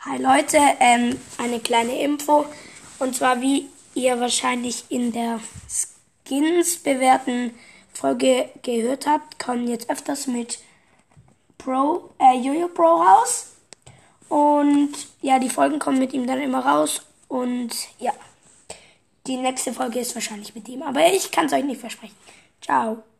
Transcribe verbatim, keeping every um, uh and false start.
Hi Leute, ähm, eine kleine Info. Und zwar, wie ihr wahrscheinlich in der Skins bewerten Folge gehört habt, kommen jetzt öfters mit Pro, äh, Jojo Pro raus. Und ja, die Folgen kommen mit ihm dann immer raus. Und ja, die nächste Folge ist wahrscheinlich mit ihm. Aber ich kann es euch nicht versprechen. Ciao.